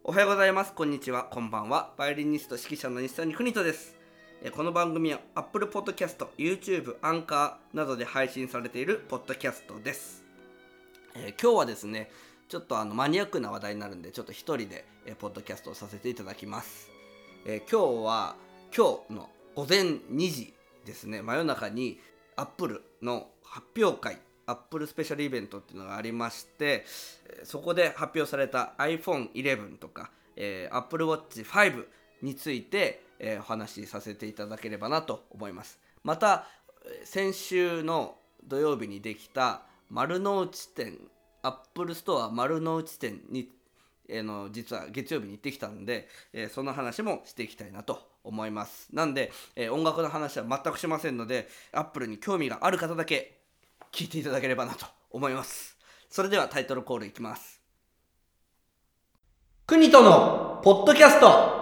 おはようございます。こんにちは。こんばんは。バイオリニスト指揮者の西谷邦人です。この番組は Apple Podcast、YouTube、アンカーなどで配信されているポッドキャストです。今日はですね、ちょっとマニアックな話題になるんで、ちょっと一人で、ポッドキャストをさせていただきます。今日の午前2時ですね、真夜中に Apple の発表会、Apple スペシャルイベントっていうのがありまして、そこで発表された iPhone11 とか、Apple Watch 5について、お話しさせていただければなと思います。また先週の土曜日にできた丸の内店、Apple ストア丸の内店に実は月曜日に行ってきたんで、その話もしていきたいなと思います。なんで、音楽の話は全くしませんので、Apple に興味がある方だけ聞いていただければなと思います。それではタイトルコールいきます。国とのポッドキャスト。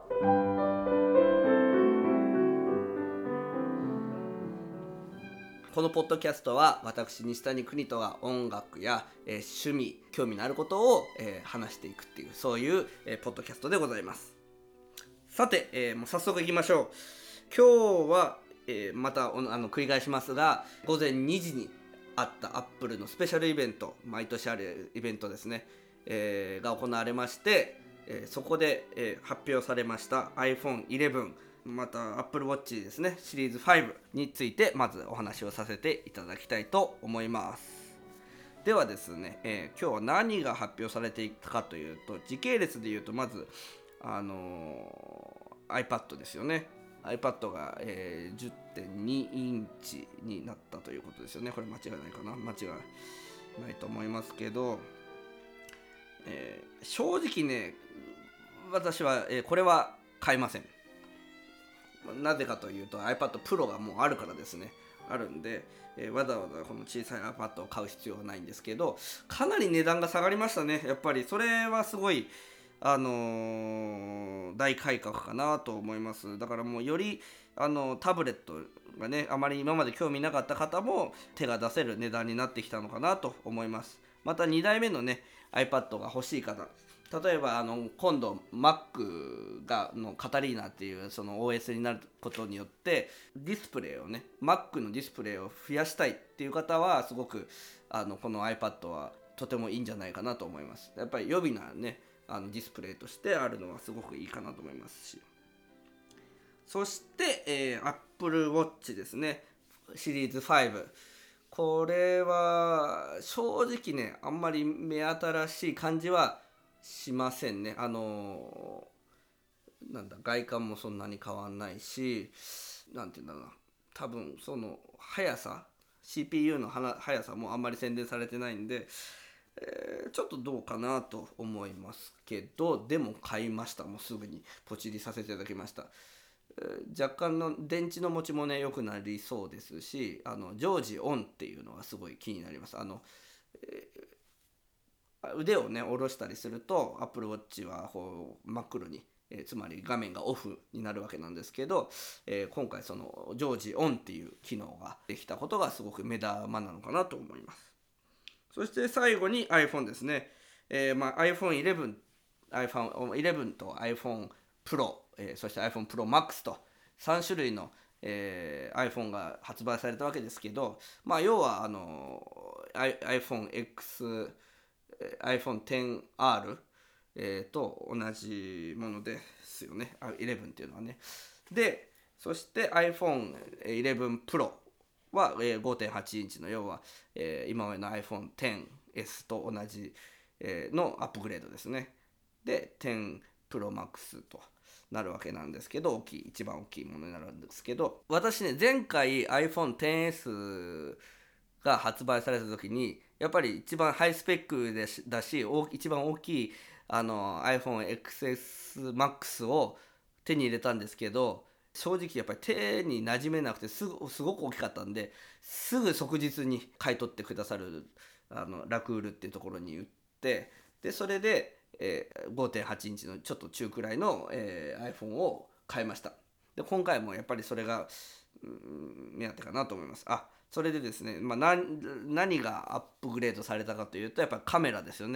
このポッドキャストは私西谷邦人が音楽や、趣味興味のあることを、話していくっていうそういう、ポッドキャストでございます。さて、もう早速いきましょう。今日は、また繰り返しますが、午前2時にあったアップルのスペシャルイベント、毎年あるイベントですね、が行われまして、そこで、発表されました iPhone11、また Apple Watch ですね、シリーズ5についてまずお話をさせていただきたいと思います。ではですね、今日は何が発表されていたかというと、時系列でいうとまず、iPad ですよね。iPad が、10.2 インチになったということですよね。これ間違いないかな、間違いないと思いますけど、正直ね、私は、これは買いません。なぜかというと iPad Pro がもうあるからですね。あるんで、わざわざこの小さい iPad を買う必要はないんですけど、かなり値段が下がりましたね。やっぱりそれはすごい大改革かなと思います。だからもうよりタブレットがね、あまり今まで興味なかった方も手が出せる値段になってきたのかなと思います。また2代目のね iPad が欲しい方、例えば今度 Mac のカタリーナっていうその OS になることによってディスプレイをね Mac のディスプレイを増やしたいっていう方はすごくこの iPad はとてもいいんじゃないかなと思います。やっぱり予備なねディスプレイとしてあるのはすごくいいかなと思いますし、そして、Apple Watch ですね、シリーズ5、これは正直ねあんまり目新しい感じはしませんね。なんだ、外観もそんなに変わんないし、なんていうんだろうな、多分その速さ CPU の速さもあんまり宣伝されてないんで、ちょっとどうかなと思いますけど、でも買いました。もうすぐにポチりさせていただきました。若干の電池の持ちもね良くなりそうですし、常時オンっていうのはすごい気になります。腕をね下ろしたりすると Apple Watch はこう真っ黒に、つまり画面がオフになるわけなんですけど、今回その常時オンっていう機能ができたことがすごく目玉なのかなと思います。そして最後に iPhone ですね。iPhone11、iPhone 11と iPhone Pro、そして iPhone Pro Max と3種類の、iPhone が発売されたわけですけど、要はiPhone X、iPhone XR、と同じものですよね。11っていうのはね。で、そして iPhone 11 Pro は、5.8 インチの要は、今までの iPhone XS と同じ、のアップグレードですね。で、10 Pro Max となるわけなんですけど、一番大きいものになるんですけど、私ね、前回 iPhone XS が発売された時に、やっぱり一番ハイスペックだし、一番大きいiPhone XS Max を手に入れたんですけど、正直やっぱり手に馴染めなくてすごく大きかったんで、すぐ即日に買い取ってくださるラクールっていうところに売って、でそれで、5.8 インチのちょっと中くらいの、iPhone を買いました。で今回もやっぱりそれが、目当てかなと思います。それでですね、何がアップグレードされたかというと、やっぱりカメラですよね。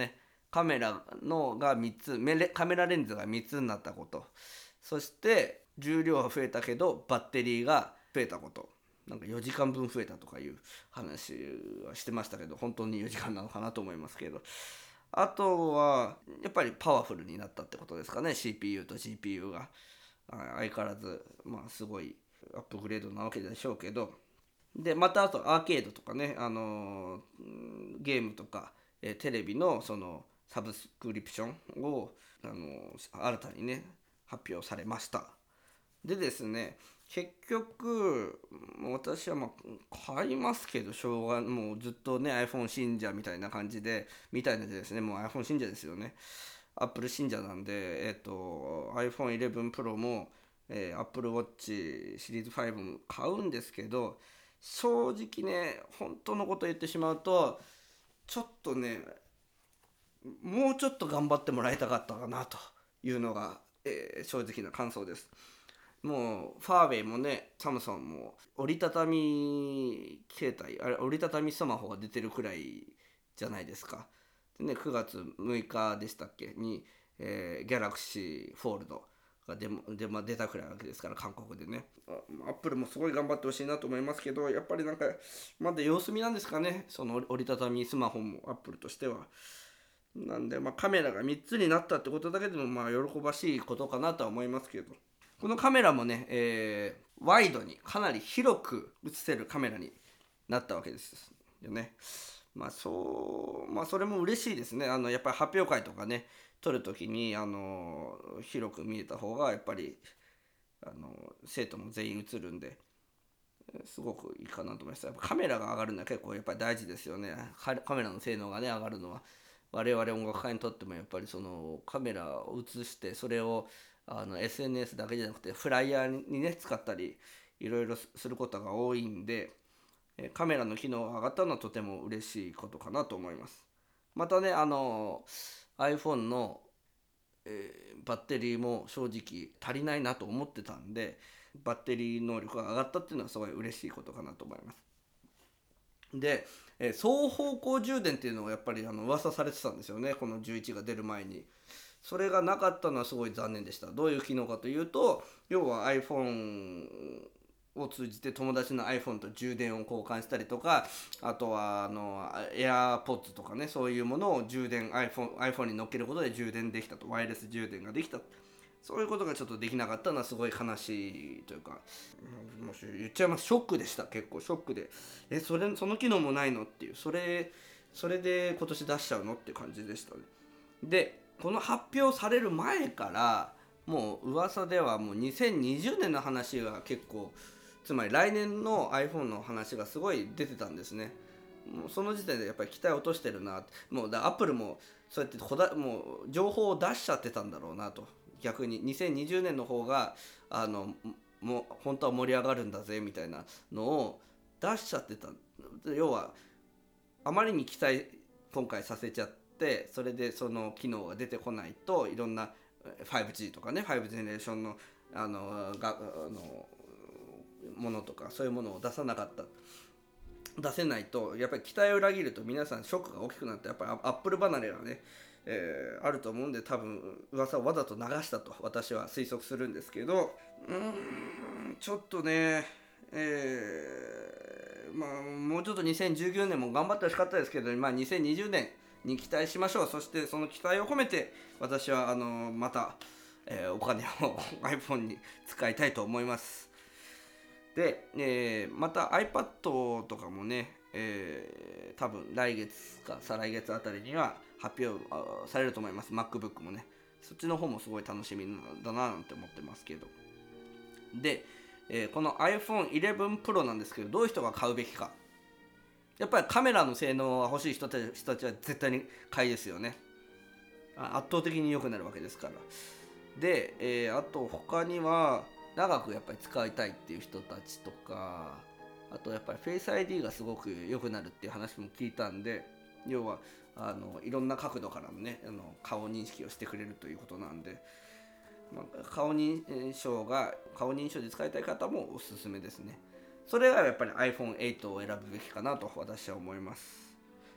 カメラのが3つカメラレンズが3つになったこと、そして重量は増えたけどバッテリーが増えたこと、なんか4時間分増えたとかいう話はしてましたけど、本当に4時間なのかなと思いますけど、あとはやっぱりパワフルになったってことですかね。 CPU と GPU が相変わらずすごいアップグレードなわけでしょうけど、でまたあとアーケードとかね、ゲームとか、テレビのそのサブスクリプションを、新たにね発表されました。でですね、結局私は買いますけど、もうずっとね iPhone 信者みたいな感じでですね、もう iPhone 信者ですよね。Apple 信者なんで、iPhone 11 Pro も、Apple Watch シリーズ5も買うんですけど、正直ね本当のこと言ってしまうと、ちょっとねもうちょっと頑張ってもらいたかったかなというのが、正直な感想です。もうファーウェイもねサムソンも折りたたみ携帯、あれ折りたたみスマホが出てるくらいじゃないですか。でね、9月6日でしたっけに、ギャラクシーフォールドが出たくらいわけですから、韓国でね。アップルもすごい頑張ってほしいなと思いますけど、やっぱりなんかまだ様子見なんですかね、その折りたたみスマホもアップルとしては。なんでカメラが3つになったってことだけでも喜ばしいことかなとは思いますけど、このカメラもね、ワイドにかなり広く映せるカメラになったわけですよね。それも嬉しいですね。やっぱり発表会とかね撮るときに広く見えた方がやっぱり生徒も全員映るんで、すごくいいかなと思います。やっぱカメラが上がるのは結構やっぱり大事ですよね。カメラの性能がね上がるのは我々音楽家にとってもやっぱりそのカメラを映してそれをSNS だけじゃなくてフライヤーにね使ったりいろいろすることが多いんで、カメラの機能が上がったのはとても嬉しいことかなと思います。またねiPhone の、バッテリーも正直足りないなと思ってたんで、バッテリー能力が上がったっていうのはすごい嬉しいことかなと思います。で、双方向充電っていうのがやっぱり噂されてたんですよね、この11が出る前に。それがなかったのはすごい残念でした。どういう機能かというと、要は iPhone を通じて友達の iPhone と充電を交換したりとか、あとはAirPods とかね、そういうものをiPhone に乗っけることで充電できたと、ワイヤレス充電ができた、そういうことがちょっとできなかったのはすごい悲しいというか、もし言っちゃいます、ショックでした。結構ショックで、その機能もないのっていう、それで今年出しちゃうのって感じでしたね。でこの発表される前からもう噂ではもう2020年の話が結構、つまり来年の iPhone の話がすごい出てたんですね。もうその時点でやっぱり期待を落としてるな、もうアップルもそうやってもう情報を出しちゃってたんだろうなと。逆に2020年の方がもう本当は盛り上がるんだぜみたいなのを出しちゃってた。要はあまりに期待今回させちゃって、それでその機能が出てこないと、いろんな 5G とかね、5ジェネレーションのものとかそういうものを出さなかった、出せないとやっぱり期待を裏切ると皆さんショックが大きくなって、やっぱりアップル離れがね、あると思うんで、多分噂をわざと流したと私は推測するんですけど、ちょっとね、もうちょっと2019年も頑張ってほしかったですけど、2020年に期待しましょう。そしてその期待を込めて私はまた、お金をiPhone に使いたいと思います。で、また iPad とかもね、多分来月か再来月あたりには発表されると思います。 MacBook もね、そっちの方もすごい楽しみだななんて思ってますけど。で、この iPhone 11 Pro なんですけど、どういう人が買うべきか。やっぱりカメラの性能が欲しい人たちは絶対に買いですよね。圧倒的に良くなるわけですから。で、あと他には長くやっぱり使いたいっていう人たちとか、あとやっぱりフェイス ID がすごく良くなるっていう話も聞いたんで、要はいろんな角度からもね顔認識をしてくれるということなんで、顔認証で使いたい方もおすすめですね。それがやっぱり iPhone 8を選ぶべきかなと私は思います。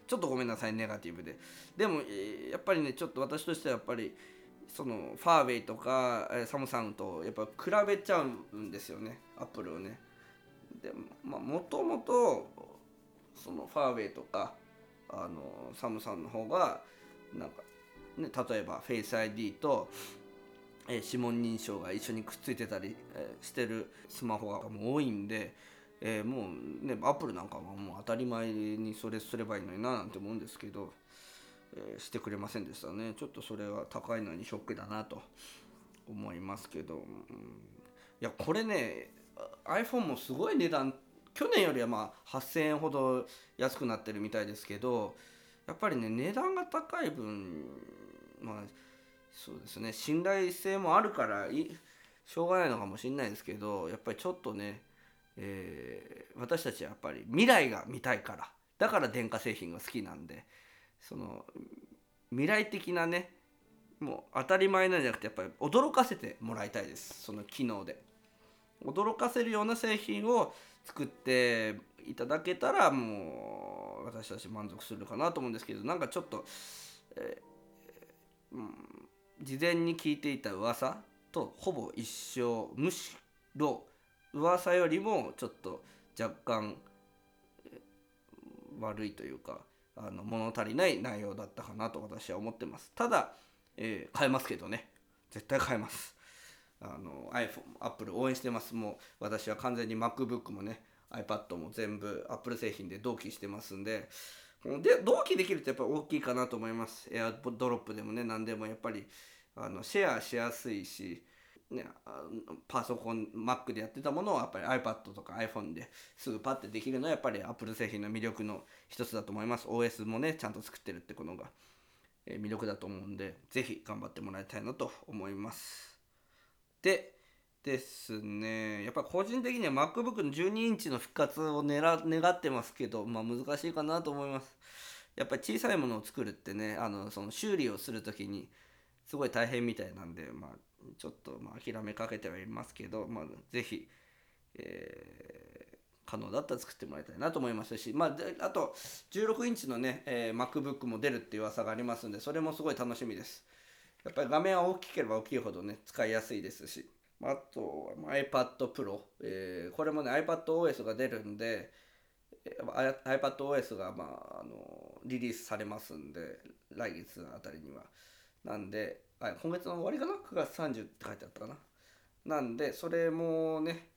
ちょっとごめんなさいネガティブで。でもやっぱりねちょっと私としてはやっぱりそのファーウェイとかサムサンとやっぱ比べちゃうんですよね、アップルをね。でもともとそのファーウェイとかサムさんの方がなんか、ね、例えばフェイス ID と、指紋認証が一緒にくっついてたり、してるスマホがもう多いんで、もうねアップルなんかはもう当たり前にそれすればいいのにななんて思うんですけど、してくれませんでしたね。ちょっとそれは高いのにショックだなと思いますけど、いやこれね iPhone もすごい値段、去年よりはまあ8000円ほど安くなってるみたいですけど、やっぱりね値段が高い分、まあそうですね、信頼性もあるからしょうがないのかもしれないですけど、やっぱりちょっとね、私たちはやっぱり未来が見たいから、だから電化製品が好きなんで、その未来的なね、もう当たり前なんじゃなくてやっぱり驚かせてもらいたいです。その機能で驚かせるような製品を作っていただけたらもう私たち満足するかなと思うんですけど、なんかちょっと、事前に聞いていた噂とほぼ一緒、むしろ噂よりもちょっと若干悪いというか物足りない内容だったかなと私は思ってます。ただ、買えますけどね、絶対買えます。iPhone、Apple 応援してます。もう私は完全に MacBook もね iPad も全部 Apple 製品で同期してますんで、同期できるとやっぱり大きいかなと思います。エアドロップでもね何でもやっぱりシェアしやすいし、ね、パソコン Mac でやってたものをやっぱり iPad とか iPhone ですぐパッてできるのはやっぱり Apple 製品の魅力の一つだと思います。 OS もねちゃんと作ってるってことが魅力だと思うんで、ぜひ頑張ってもらいたいなと思います。でですね、やっぱ個人的には MacBook の12インチの復活を願ってますけど、難しいかなと思います。やっぱり小さいものを作るってね、その修理をするときにすごい大変みたいなんで、ちょっと諦めかけてはいますけど、ぜひ、可能だったら作ってもらいたいなと思いますし、あと16インチのね、MacBook も出るっていう噂がありますんで、それもすごい楽しみです。やっぱり画面は大きければ大きいほどね使いやすいですし、あとはiPad Pro、これもね iPadOS が出るんで、iPadOS がリリースされますんで、来月あたりには。なんで今月の終わりかな、9月30って書いてあったかな。なんでそれもね、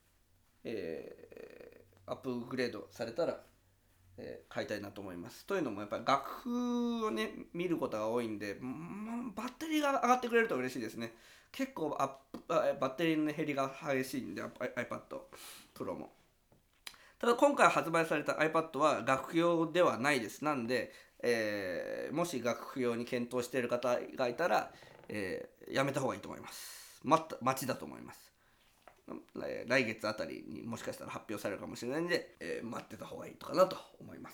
アップグレードされたら、買いたいなと思います。というのもやっぱり楽譜をね見ることが多いんで、バッテリーが上がってくれると嬉しいですね。結構バッテリーの減りが激しいんで iPad Pro も。ただ今回発売された iPad は楽譜用ではないです。なんで、もし楽譜用に検討している方がいたら、やめた方がいいと思います。待ちだと思います。来月あたりにもしかしたら発表されるかもしれないんで、待ってた方がいいかなと思います。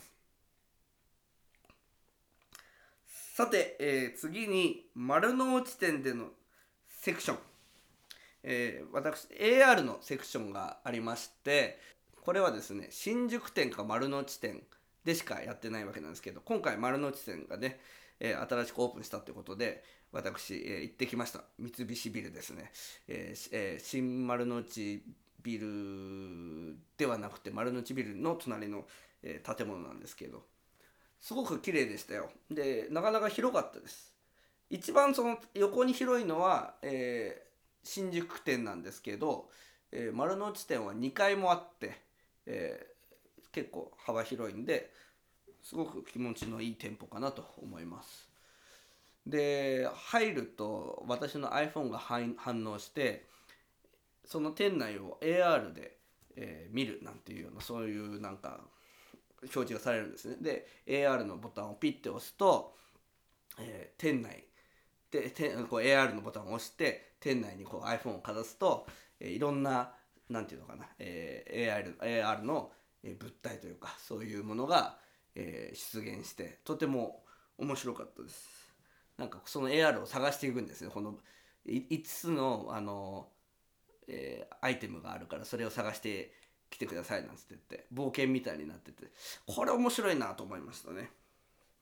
さて、次に丸の内店でのセクション、私 AR のセクションがありまして、これはですね新宿店か丸の内店でしかやってないわけなんですけど、今回丸の内店がね、新しくオープンしたということで私、行ってきました。三菱ビルですね、新丸の内ビルではなくて丸の内ビルの隣の、建物なんですけど、すごく綺麗でしたよ。でなかなか広かったです。一番その横に広いのは、新宿店なんですけど、丸の内店は2階もあって、結構幅広いんですごく気持ちのいい店舗かなと思います。で入ると私の iPhone が反応してその店内を AR で、見るなんていうような、そういうなんか表示がされるんですね。で AR のボタンをピッて押すと、店内でこう AR のボタンを押して店内にこう iPhone をかざすと、いろんななんていうのかな、AR の物体というかそういうものが、出現してとても面白かったです。なんかその AR を探していくんですね。この5つのアイテムがあるからそれを探してきてくださいなんつって言って冒険みたいになってて、これ面白いなと思いましたね。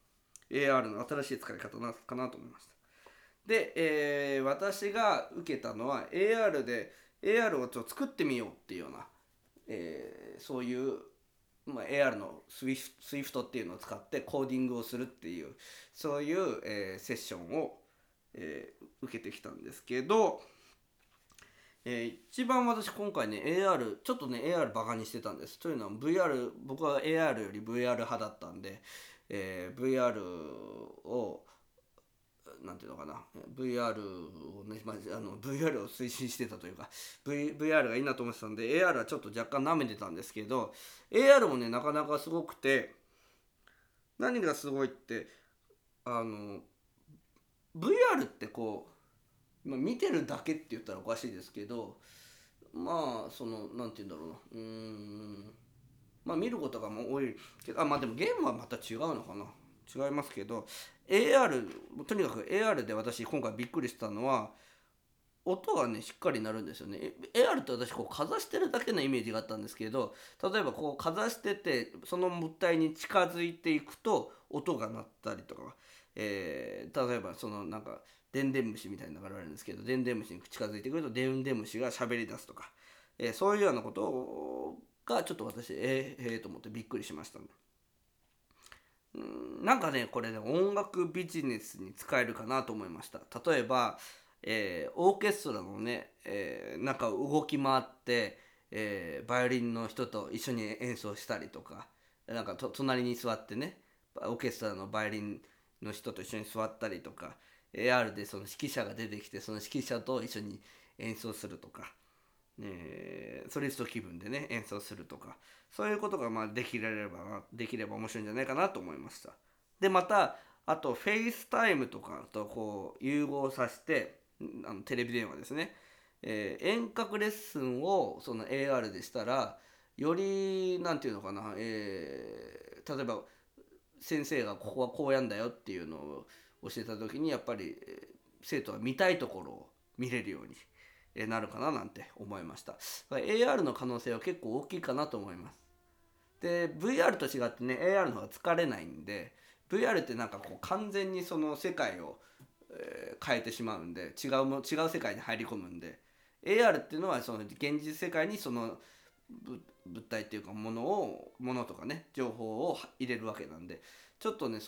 AR の新しい使い方かなと思いました。で、私が受けたのは AR をちょっと作ってみようっていうような、そういう、AR のSWIFT っていうのを使ってコーディングをするっていう、そういう、セッションを、受けてきたんですけど、一番私今回ね ちょっとね AR バカにしてたんです。というのは 僕は AR より VR 派だったんで、VR をなんていうのかな VR をね、VR を推進してたというか、VR がいいなと思ってたんで AR はちょっと若干舐めてたんですけど、 AR もねなかなかすごくて、何がすごいってあの VR ってこう、見てるだけって言ったらおかしいですけど、そのなんて言うんだろうな、見ることがもう多いけど、でもゲームはまた違うのかな、違いますけど、 AR とにかく AR で私今回びっくりしたのは音がねしっかり鳴るんですよね。AR って私こうかざしてるだけのイメージがあったんですけど、例えばこうかざしててその物体に近づいていくと音が鳴ったりとか、例えばそのなんかでんでん虫みたいなのが現れるんですけど、でんでん虫に近づいてくるとでんでん虫が喋り出すとか、そういうようなことがちょっと私と思ってびっくりしましたね。なんかねこれね音楽ビジネスに使えるかなと思いました。例えば、オーケストラのね、中を動き回って、バイオリンの人と一緒に演奏したりとか、なんか隣に座ってねオーケストラのバイオリンの人と一緒に座ったりとか、 AR でその指揮者が出てきてその指揮者と一緒に演奏するとか、ソリスト気分でね演奏するとか、そういうことができれば面白いんじゃないかなと思いました。でまたあとフェイスタイムとかとこう融合させて、テレビ電話ですね、遠隔レッスンをその AR でしたらよりなんていうのかな、例えば先生がここはこうやんだよっていうのを教えた時にやっぱり生徒は見たいところを見れるようになるかななんて思いました。 AR の可能性は結構大きいかなと思います。で VR と違ってね AR の方が疲れないんで、 VR ってなんかこう完全にその世界を、変えてしまうんで違う世界に入り込むんで、 AR っていうのはその現実世界にその物体っていうか物とかね情報を入れるわけなんで、ちょっとね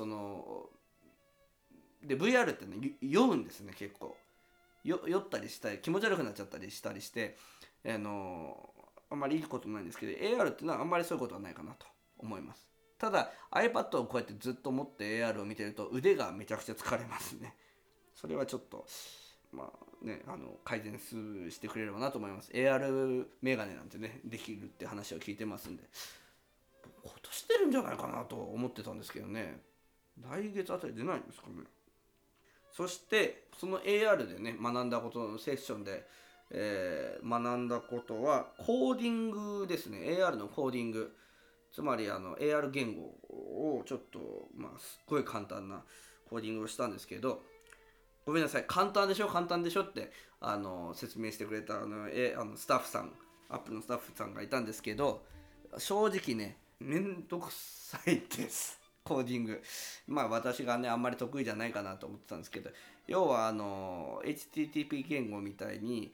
VR ってね酔うんですね。結構酔ったりしたり気持ち悪くなっちゃったりして、あんまりいいことないんですけど AR っていうのはあんまりそういうことはないかなと思います。ただ iPad をこうやってずっと持って AR を見てると腕がめちゃくちゃ疲れますね。それはちょっと改善してくれればなと思います。 AR メガネなんてねできるって話を聞いてますんで、今年出るんじゃないかなと思ってたんですけどね、来月あたり出ないんですかね。そしてその AR でね学んだことのセッションで、学んだことはコーディングですね。 AR のコーディング、つまりAR 言語をちょっとすっごい簡単なコーディングをしたんですけど、ごめんなさい簡単でしょって説明してくれたスタッフさん、アップルのスタッフさんがいたんですけど、正直ねめんどくさいですコーディング。私がねあんまり得意じゃないかなと思ってたんですけど、要はHTTP 言語みたいに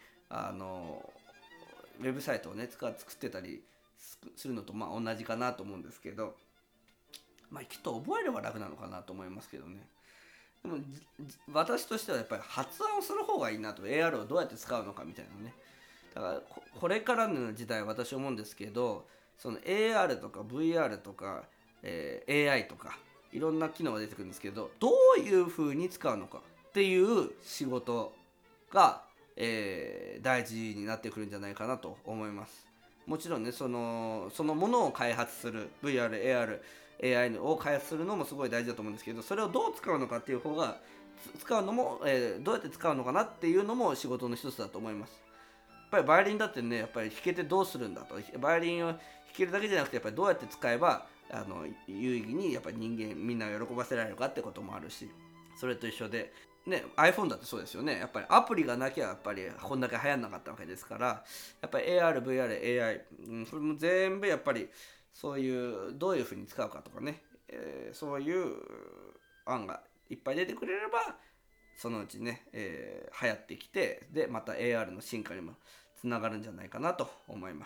ウェブサイトをね作ってたりするのと同じかなと思うんですけど、きっと覚えれば楽なのかなと思いますけどね。でも私としてはやっぱり発案をする方がいいなと、 AR をどうやって使うのかみたいなね。だからこれからの時代私思うんですけど、その AR とか VR とか、AI とかいろんな機能が出てくるんですけど、どういう風に使うのかっていう仕事が、大事になってくるんじゃないかなと思います。もちろんねそのものを開発する VR、AR、AI を開発するのもすごい大事だと思うんですけど、それをどう使うのかっていう方が使うのも、どうやって使うのかなっていうのも仕事の一つだと思います。やっぱりバイオリンだってねやっぱり弾けてどうするんだと、バイオリンを弾けるだけじゃなくてやっぱりどうやって使えば有意義にやっぱりみんなを喜ばせられるかってこともあるし、それと一緒でね iPhone だってそうですよね。やっぱりアプリがなきゃやっぱりこんだけ流行んなかったわけですから、やっぱり AR、VR、AI、それも全部やっぱりそういうどういうふうに使うかとかね、そういう案がいっぱい出てくれればそのうちね、流行ってきて、でまた AR の進化にもつながるんじゃないかなと思います。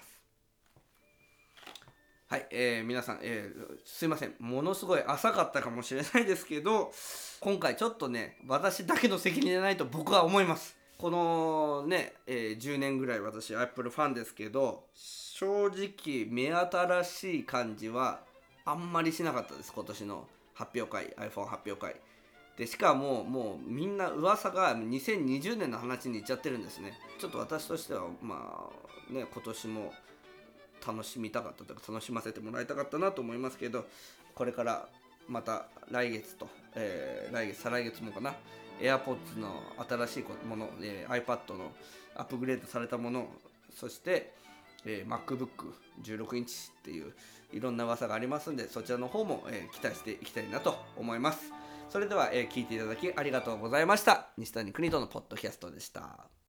はい、皆さん、すいません、ものすごい浅かったかもしれないですけど、今回ちょっとね私だけの責任じゃないと僕は思います。このね、10年ぐらい私 Apple ファンですけど、正直目新しい感じはあんまりしなかったです。今年の発表会、 iPhone 発表会で、しかももうみんな噂が2020年の話にいっちゃってるんですね。ちょっと私としてはまあね、今年も楽しみたかったとか楽しませてもらいたかったなと思いますけど、これからまた来月と、来月再来月もかな、 AirPods の新しいもの、iPad のアップグレードされたもの、そして、MacBook16 インチっていういろんな噂がありますんで、そちらの方も、期待していきたいなと思います。それでは、聞いていただきありがとうございました。西谷邦人のポッドキャストでした。